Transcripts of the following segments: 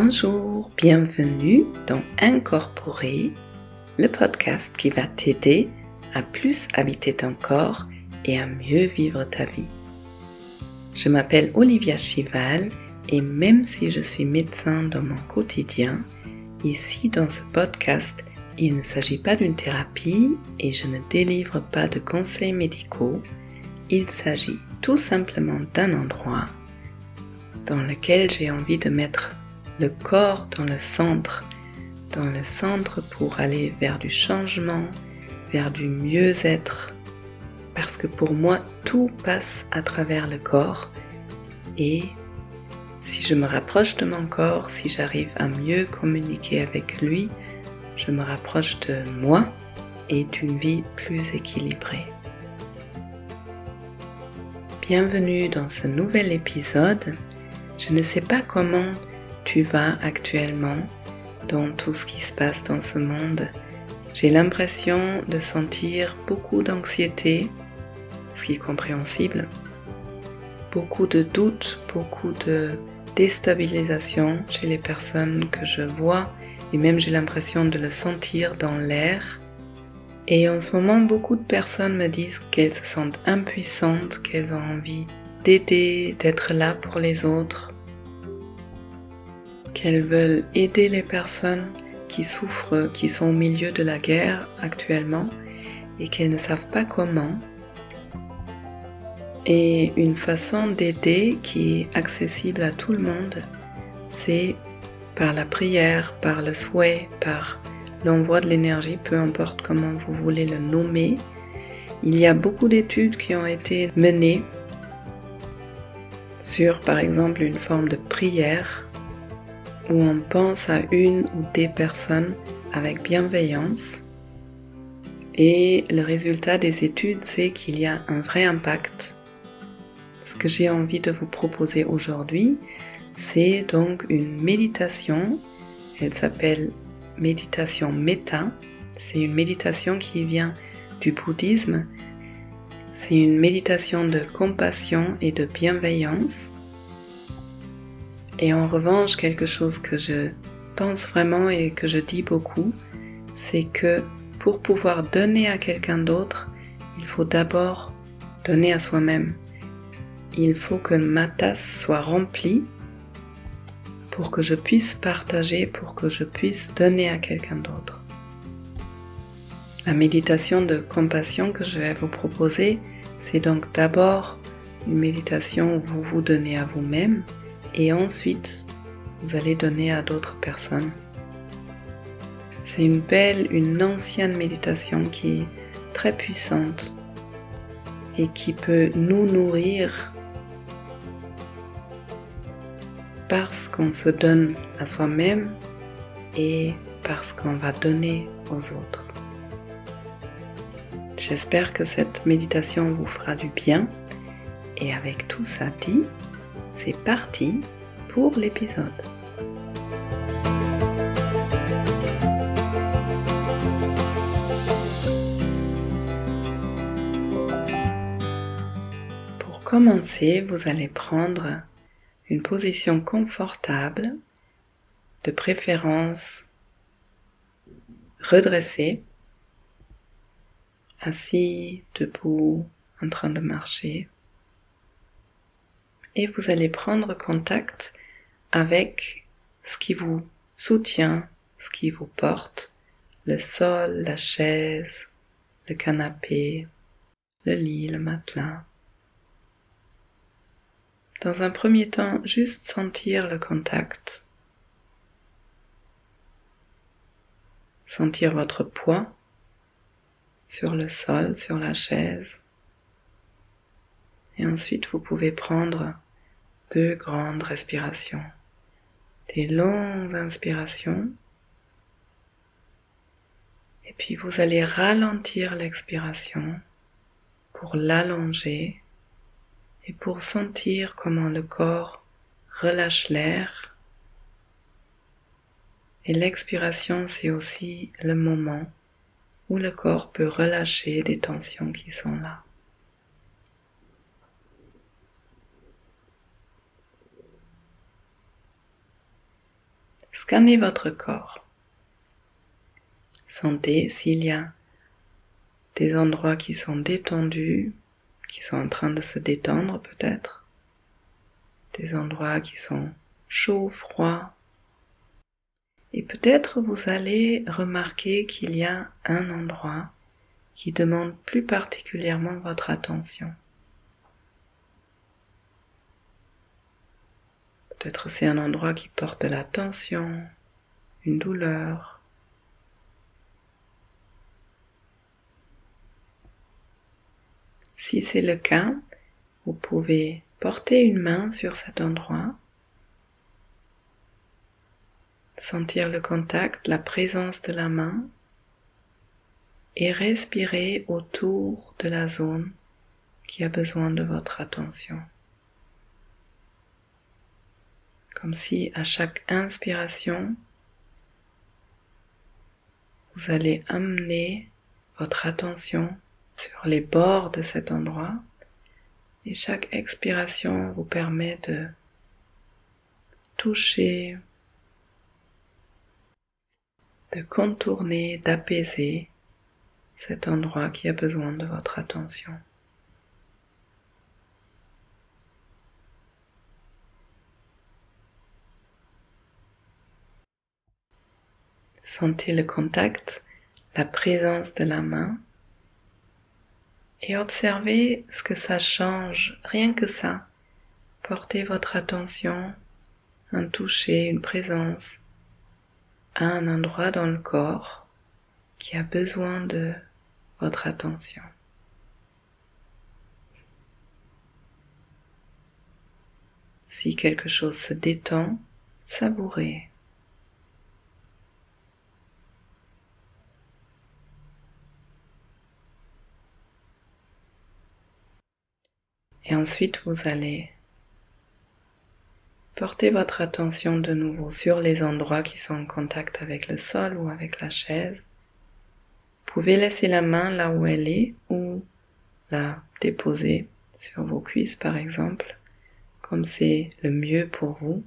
Bonjour, bienvenue dans Incorporer, le podcast qui va t'aider à plus habiter ton corps et à mieux vivre ta vie. Je m'appelle Olivia Chival et même si je suis médecin dans mon quotidien, ici dans ce podcast, il ne s'agit pas d'une thérapie et je ne délivre pas de conseils médicaux. Il s'agit tout simplement d'un endroit dans lequel j'ai envie de mettre le corps dans le centre pour aller vers du changement, vers du mieux-être. Parce que pour moi, tout passe à travers le corps et si je me rapproche de mon corps, si j'arrive à mieux communiquer avec lui, je me rapproche de moi et d'une vie plus équilibrée. Bienvenue dans ce nouvel épisode. Je ne sais pas comment tu vas actuellement dans tout ce qui se passe dans ce monde. J'ai l'impression de sentir beaucoup d'anxiété, ce qui est compréhensible, beaucoup de doutes, beaucoup de déstabilisation chez les personnes que je vois et même j'ai l'impression de le sentir dans l'air. Et en ce moment, beaucoup de personnes me disent qu'elles se sentent impuissantes, qu'elles ont envie d'aider, d'être là pour les autres, qu'elles veulent aider les personnes qui souffrent, qui sont au milieu de la guerre actuellement et qu'elles ne savent pas comment. Et une façon d'aider qui est accessible à tout le monde, c'est par la prière, par le souhait, par l'envoi de l'énergie, peu importe comment vous voulez le nommer. Il y a beaucoup d'études qui ont été menées sur, par exemple, une forme de prière où on pense à une ou des personnes avec bienveillance. Et le résultat des études, c'est qu'il y a un vrai impact. Ce que j'ai envie de vous proposer aujourd'hui, c'est donc une méditation. Elle s'appelle méditation méta. C'est une méditation qui vient du bouddhisme. C'est une méditation de compassion et de bienveillance. Et en revanche, quelque chose que je pense vraiment et que je dis beaucoup, c'est que pour pouvoir donner à quelqu'un d'autre, il faut d'abord donner à soi-même. Il faut que ma tasse soit remplie pour que je puisse partager, pour que je puisse donner à quelqu'un d'autre. La méditation de compassion que je vais vous proposer, c'est donc d'abord une méditation où vous vous donnez à vous-même et ensuite vous allez donner à d'autres personnes. C'est une ancienne méditation qui est très puissante et qui peut nous nourrir parce qu'on se donne à soi-même et parce qu'on va donner aux autres. J'espère que cette méditation vous fera du bien et avec tout ça dit, c'est parti pour l'épisode. Pour commencer, vous allez prendre une position confortable, de préférence redressée, assis, debout, en train de marcher. Et vous allez prendre contact avec ce qui vous soutient, ce qui vous porte, le sol, la chaise, le canapé, le lit, le matelas. Dans un premier temps, juste sentir le contact. Sentir votre poids sur le sol, sur la chaise. Et ensuite, vous pouvez prendre 2 grandes respirations. Des longues inspirations. Et puis, vous allez ralentir l'expiration pour l'allonger et pour sentir comment le corps relâche l'air. Et l'expiration, c'est aussi le moment où le corps peut relâcher des tensions qui sont là. scannez votre corps. Sentez s'il y a des endroits qui sont détendus, qui sont en train de se détendre peut-être, des endroits qui sont chauds, froids, et peut-être vous allez remarquer qu'il y a un endroit qui demande plus particulièrement votre attention. Peut-être c'est un endroit qui porte de la tension, une douleur. Si c'est le cas, vous pouvez porter une main sur cet endroit, sentir le contact, la présence de la main et respirer autour de la zone qui a besoin de votre attention. Comme si à chaque inspiration, vous allez amener votre attention sur les bords de cet endroit et chaque expiration vous permet de toucher, de contourner, d'apaiser cet endroit qui a besoin de votre attention. Sentez le contact, la présence de la main et observez ce que ça change, rien que ça. Portez votre attention, un toucher, une présence à un endroit dans le corps qui a besoin de votre attention. Si quelque chose se détend, savourez. Et ensuite, vous allez porter votre attention de nouveau sur les endroits qui sont en contact avec le sol ou avec la chaise. Vous pouvez laisser la main là où elle est ou la déposer sur vos cuisses par exemple, comme c'est le mieux pour vous.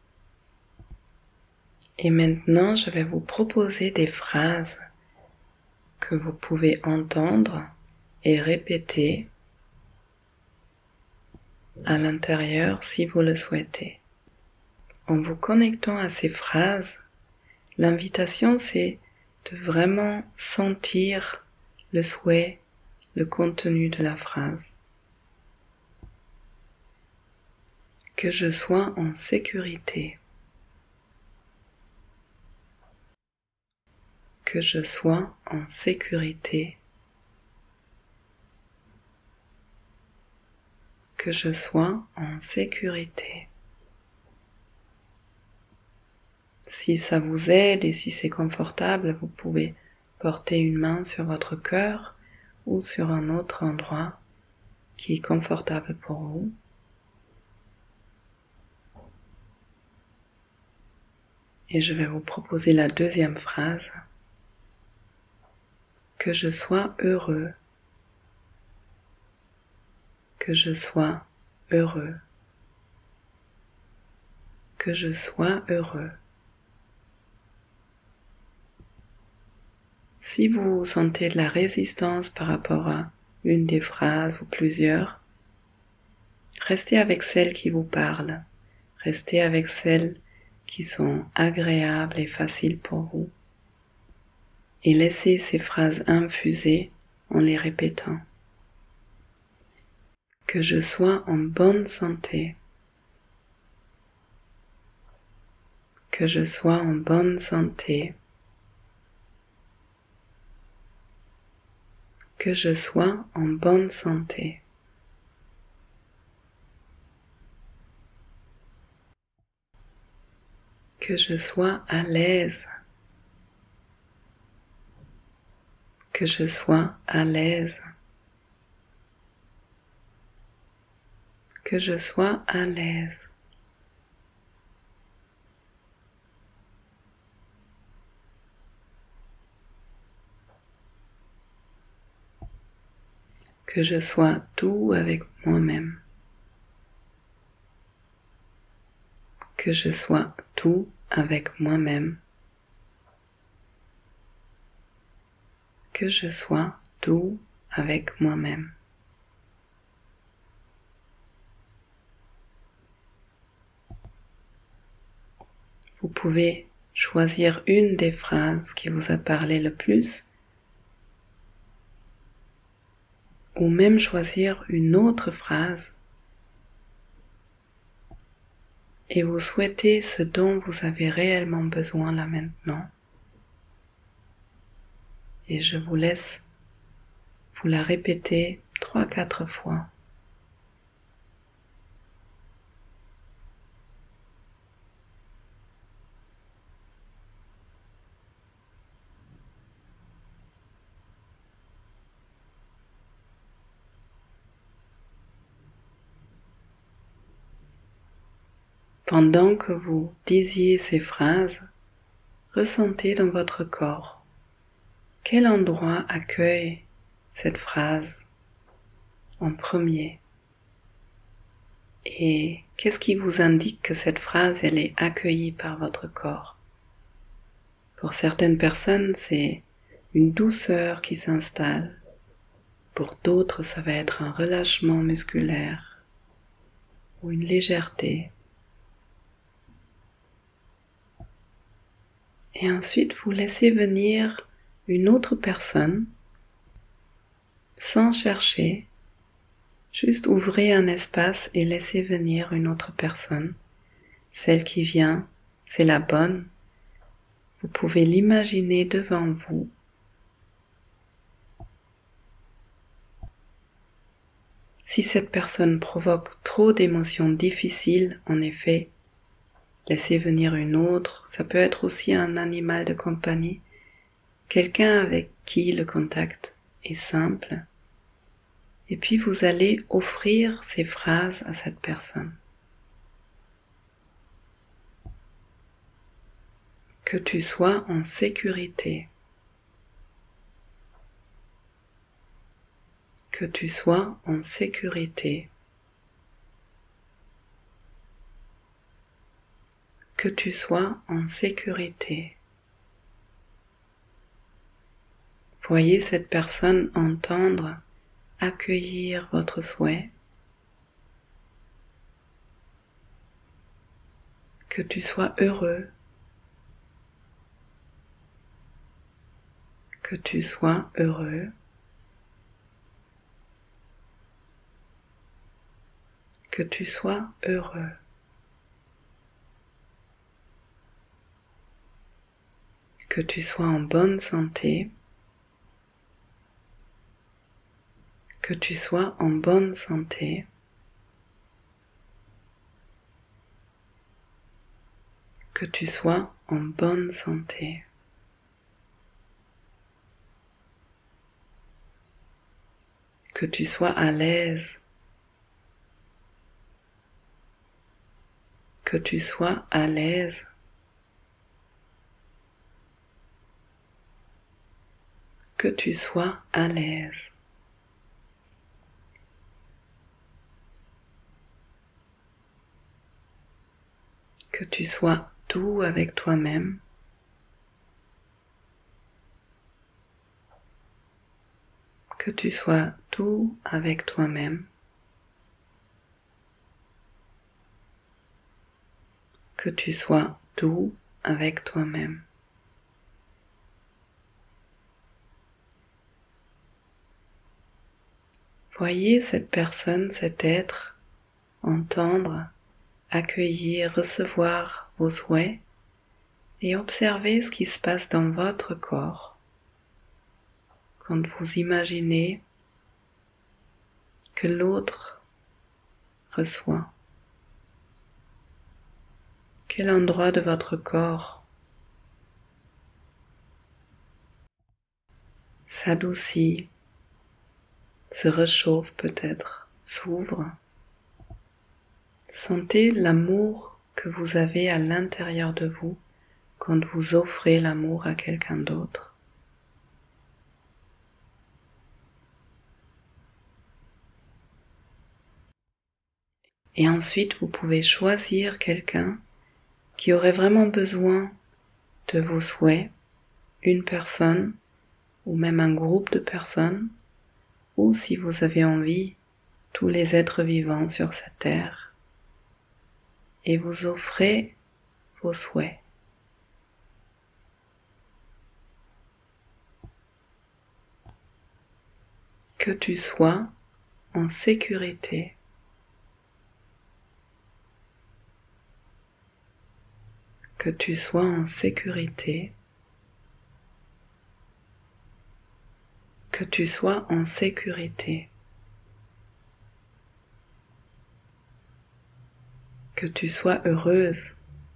Et maintenant, je vais vous proposer des phrases que vous pouvez entendre et répéter à l'intérieur si vous le souhaitez. En vous connectant à ces phrases, l'invitation c'est de vraiment sentir le souhait, le contenu de la phrase. Que je sois en sécurité. Que je sois en sécurité. Que je sois en sécurité. Si ça vous aide et si c'est confortable, vous pouvez porter une main sur votre cœur ou sur un autre endroit qui est confortable pour vous. Et je vais vous proposer la deuxième phrase. Que je sois heureux. Que je sois heureux. Que je sois heureux. Si vous sentez de la résistance par rapport à une des phrases ou plusieurs, restez avec celles qui vous parlent. Restez avec celles qui sont agréables et faciles pour vous. Et laissez ces phrases infuser en les répétant. Que je sois en bonne santé. Que je sois en bonne santé. Que je sois en bonne santé. Que je sois à l'aise. Que je sois à l'aise. Que je sois à l'aise. Que je sois doux avec moi-même. Que je sois doux avec moi-même, que je sois doux avec moi-même. Vous pouvez choisir une des phrases qui vous a parlé le plus, ou même choisir une autre phrase et vous souhaitez ce dont vous avez réellement besoin là maintenant. Et je vous laisse vous la répéter 3-4 fois. Pendant que vous disiez ces phrases, ressentez dans votre corps quel endroit accueille cette phrase en premier et qu'est-ce qui vous indique que cette phrase elle est accueillie par votre corps. Pour certaines personnes, c'est une douceur qui s'installe. Pour d'autres, ça va être un relâchement musculaire ou une légèreté. Et ensuite, vous laissez venir une autre personne sans chercher. Juste ouvrez un espace et laissez venir une autre personne. Celle qui vient, c'est la bonne. Vous pouvez l'imaginer devant vous. Si cette personne provoque trop d'émotions difficiles, en effet, laissez venir une autre. Ça peut être aussi un animal de compagnie, quelqu'un avec qui le contact est simple. Et puis vous allez offrir ces phrases à cette personne. Que tu sois en sécurité. Que tu sois en sécurité. Que tu sois en sécurité. Voyez cette personne entendre, accueillir votre souhait. Que tu sois heureux. Que tu sois heureux. Que tu sois heureux. Que tu sois en bonne santé. Que tu sois en bonne santé. Que tu sois en bonne santé. Que tu sois à l'aise. Que tu sois à l'aise. Que tu sois à l'aise. Que tu sois doux avec toi-même. Que tu sois doux avec toi-même. Que tu sois doux avec toi-même. Voyez cette personne, cet être, entendre, accueillir, recevoir vos souhaits et observez ce qui se passe dans votre corps quand vous imaginez que l'autre reçoit. Quel endroit de votre corps s'adoucit, se réchauffe peut-être, s'ouvre. Sentez l'amour que vous avez à l'intérieur de vous quand vous offrez l'amour à quelqu'un d'autre. Et ensuite, vous pouvez choisir quelqu'un qui aurait vraiment besoin de vos souhaits, une personne ou même un groupe de personnes, ou si vous avez envie, tous les êtres vivants sur cette terre, et vous offrez vos souhaits. Que tu sois en sécurité. Que tu sois en sécurité. Que tu sois en sécurité. Que tu sois heureuse.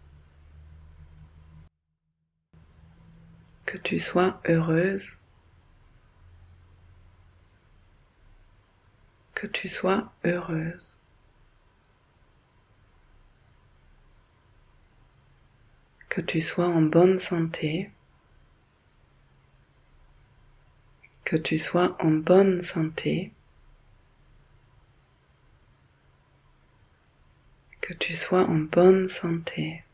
Que tu sois heureuse. Que tu sois heureuse. Que tu sois en bonne santé. Que tu sois en bonne santé. Que tu sois en bonne santé.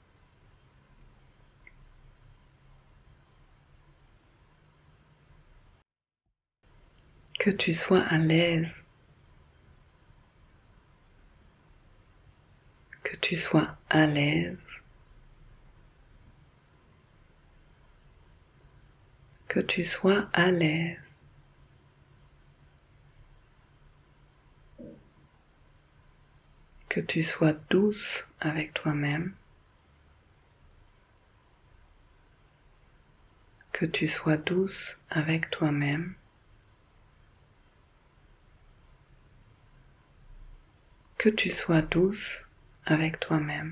Que tu sois à l'aise. Que tu sois à l'aise. Que tu sois à l'aise. Que tu sois douce avec toi-même. Que tu sois douce avec toi-même. Que tu sois douce avec toi-même.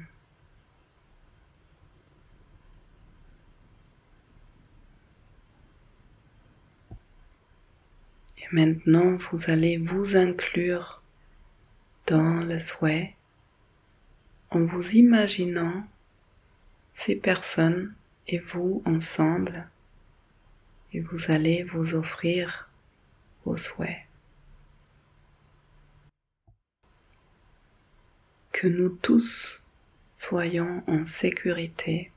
Et maintenant, vous allez vous inclure dans le souhait en vous imaginant ces personnes et vous ensemble, et vous allez vous offrir vos souhaits. Que nous tous soyons en sécurité.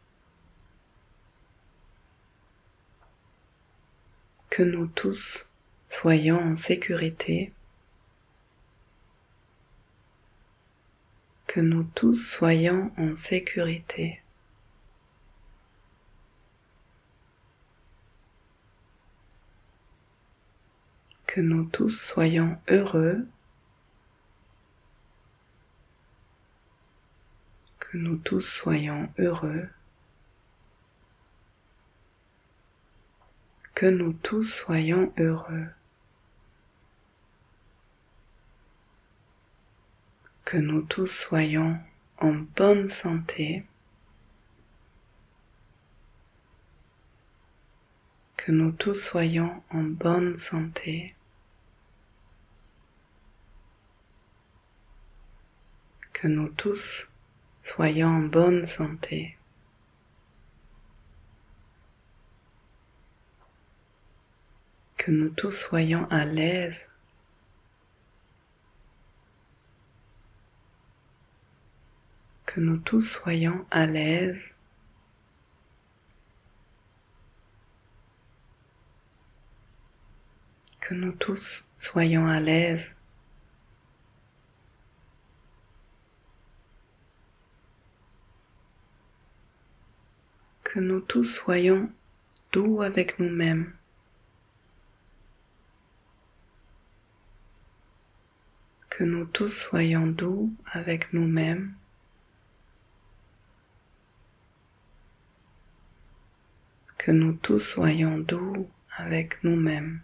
Que nous tous soyons en sécurité. Que nous tous soyons en sécurité. Que nous tous soyons heureux. Que nous tous soyons heureux. Que nous tous soyons heureux. Que nous tous soyons en bonne santé. Que nous tous soyons en bonne santé. Que nous tous soyons en bonne santé. Que nous tous soyons à l'aise. Que nous tous soyons à l'aise. Que nous tous soyons à l'aise. Que nous tous soyons doux avec nous-mêmes. Que nous tous soyons doux avec nous-mêmes. Que nous tous soyons doux avec nous-mêmes.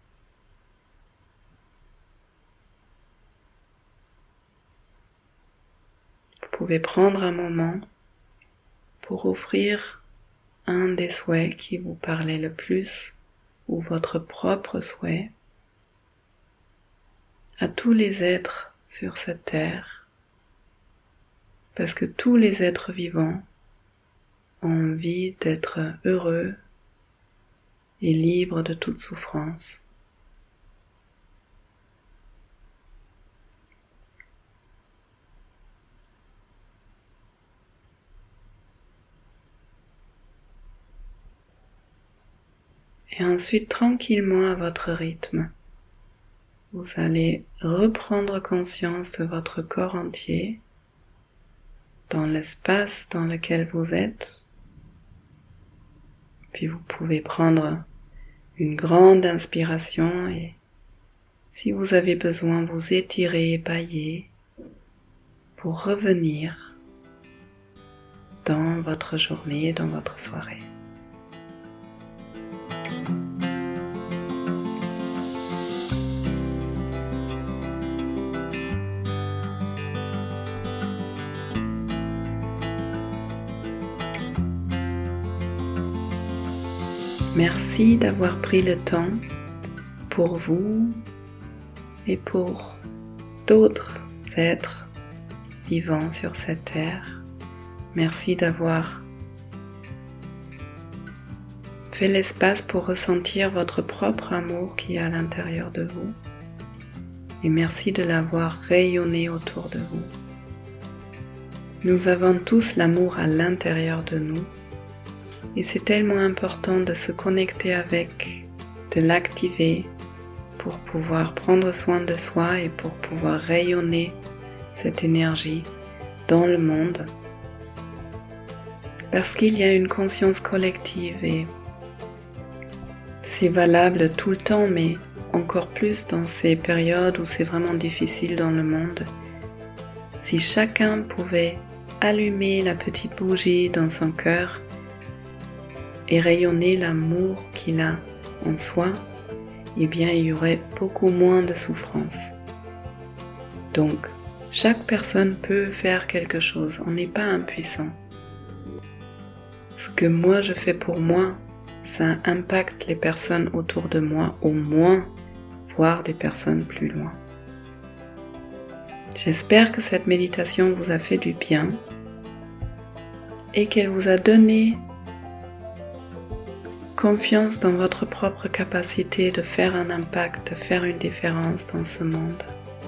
Vous pouvez prendre un moment pour offrir un des souhaits qui vous parlait le plus ou votre propre souhait à tous les êtres sur cette terre, parce que tous les êtres vivants ont envie d'être heureux et libres de toute souffrance. Et ensuite, tranquillement à votre rythme, vous allez reprendre conscience de votre corps entier, dans l'espace dans lequel vous êtes. Puis vous pouvez prendre une grande inspiration et si vous avez besoin, vous étirer et bâiller pour revenir dans votre journée, dans votre soirée. Merci d'avoir pris le temps pour vous et pour d'autres êtres vivants sur cette terre. Merci d'avoir fait l'espace pour ressentir votre propre amour qui est à l'intérieur de vous. Et merci de l'avoir rayonné autour de vous. Nous avons tous l'amour à l'intérieur de nous. Et c'est tellement important de se connecter avec, de l'activer pour pouvoir prendre soin de soi et pour pouvoir rayonner cette énergie dans le monde. Parce qu'il y a une conscience collective et c'est valable tout le temps, mais encore plus dans ces périodes où c'est vraiment difficile dans le monde. Si chacun pouvait allumer la petite bougie dans son cœur, et rayonner l'amour qu'il a en soi, eh bien il y aurait beaucoup moins de souffrance. Donc, chaque personne peut faire quelque chose, on n'est pas impuissant. Ce que moi je fais pour moi, ça impacte les personnes autour de moi au moins, voire des personnes plus loin. J'espère que cette méditation vous a fait du bien et qu'elle vous a donné confiance dans votre propre capacité de faire un impact, de faire une différence dans ce monde.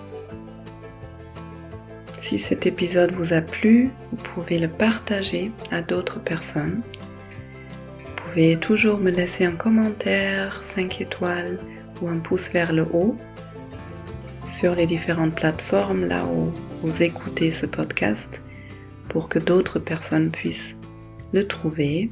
Si cet épisode vous a plu, vous pouvez le partager à d'autres personnes. Vous pouvez toujours me laisser un commentaire, 5 étoiles ou un pouce vers le haut sur les différentes plateformes là où vous écoutez ce podcast pour que d'autres personnes puissent le trouver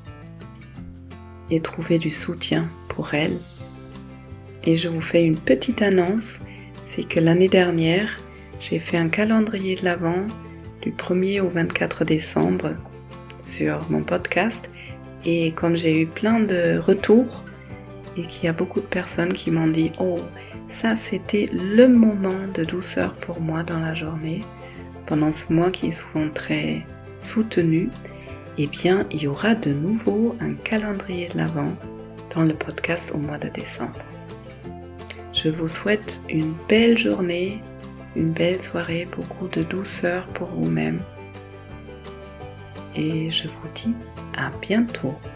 et trouver du soutien pour elles. Et je vous fais une petite annonce, c'est que l'année dernière, j'ai fait un calendrier de l'Avent du 1er au 24 décembre sur mon podcast et comme j'ai eu plein de retours et qu'il y a beaucoup de personnes qui m'ont dit « Oh, ça c'était le moment de douceur pour moi dans la journée, pendant ce mois qui est souvent très soutenu », eh bien, il y aura de nouveau un calendrier de l'Avent dans le podcast au mois de décembre. Je vous souhaite une belle journée, une belle soirée, beaucoup de douceur pour vous-même. Et je vous dis à bientôt.